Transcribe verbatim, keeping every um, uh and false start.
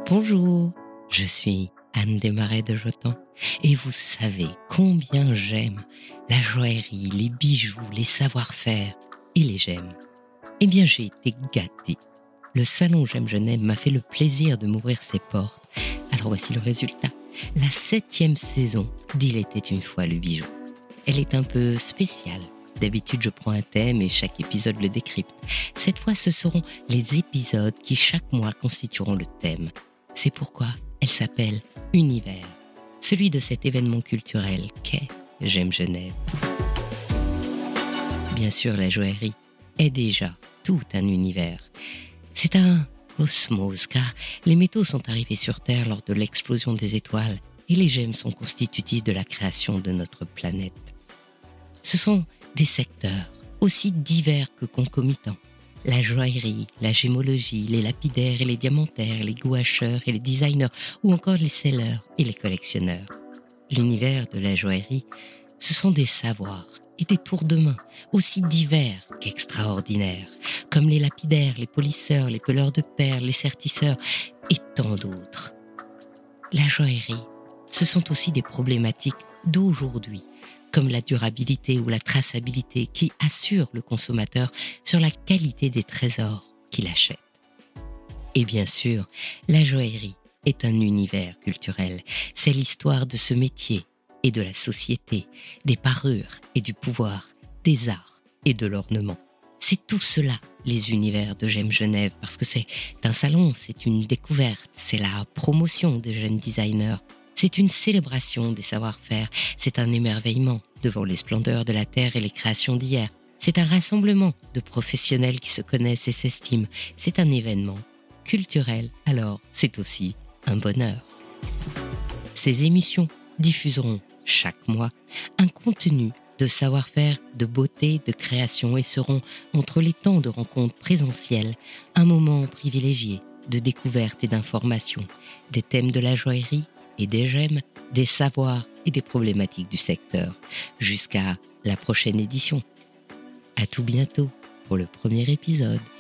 Bonjour, je suis Anne Desmarais de Jotan et vous savez combien j'aime la joaillerie, les bijoux, les savoir-faire et les gemmes. Eh bien, j'ai été gâtée. Le salon J'aime Genève m'a fait le plaisir de m'ouvrir ses portes. Alors voici le résultat. La septième saison d'Il était une fois le bijou. Elle est un peu spéciale. D'habitude, je prends un thème et chaque épisode le décrypte. Cette fois, ce seront les épisodes qui chaque mois constitueront le thème. C'est pourquoi elle s'appelle Univers, celui de cet événement culturel qu'est J'aime Genève. Bien sûr, la joaillerie est déjà tout un univers. C'est un cosmos, car les métaux sont arrivés sur Terre lors de l'explosion des étoiles et les gemmes sont constitutives de la création de notre planète. Ce sont des secteurs aussi divers que concomitants. La joaillerie, la gémologie, les lapidaires et les diamantaires, les gouacheurs et les designers, ou encore les sellers et les collectionneurs. L'univers de la joaillerie, ce sont des savoirs et des tours de main, aussi divers qu'extraordinaires, comme les lapidaires, les polisseurs, les peleurs de perles, les sertisseurs et tant d'autres. La joaillerie, ce sont aussi des problématiques d'aujourd'hui, comme la durabilité ou la traçabilité qui assure le consommateur sur la qualité des trésors qu'il achète. Et bien sûr, la joaillerie est un univers culturel. C'est l'histoire de ce métier et de la société, des parures et du pouvoir, des arts et de l'ornement. C'est tout cela, les univers de J'aime Genève, parce que c'est un salon, c'est une découverte, c'est la promotion des jeunes designers. C'est une célébration des savoir-faire, c'est un émerveillement devant les splendeurs de la terre et les créations d'hier. C'est un rassemblement de professionnels qui se connaissent et s'estiment. C'est un événement culturel, alors c'est aussi un bonheur. Ces émissions diffuseront chaque mois un contenu de savoir-faire, de beauté, de création et seront, entre les temps de rencontres présentielles, un moment privilégié de découverte et d'information, des thèmes de la joaillerie et des gemmes, des savoirs et des problématiques du secteur, jusqu'à la prochaine édition. À tout bientôt pour le premier épisode.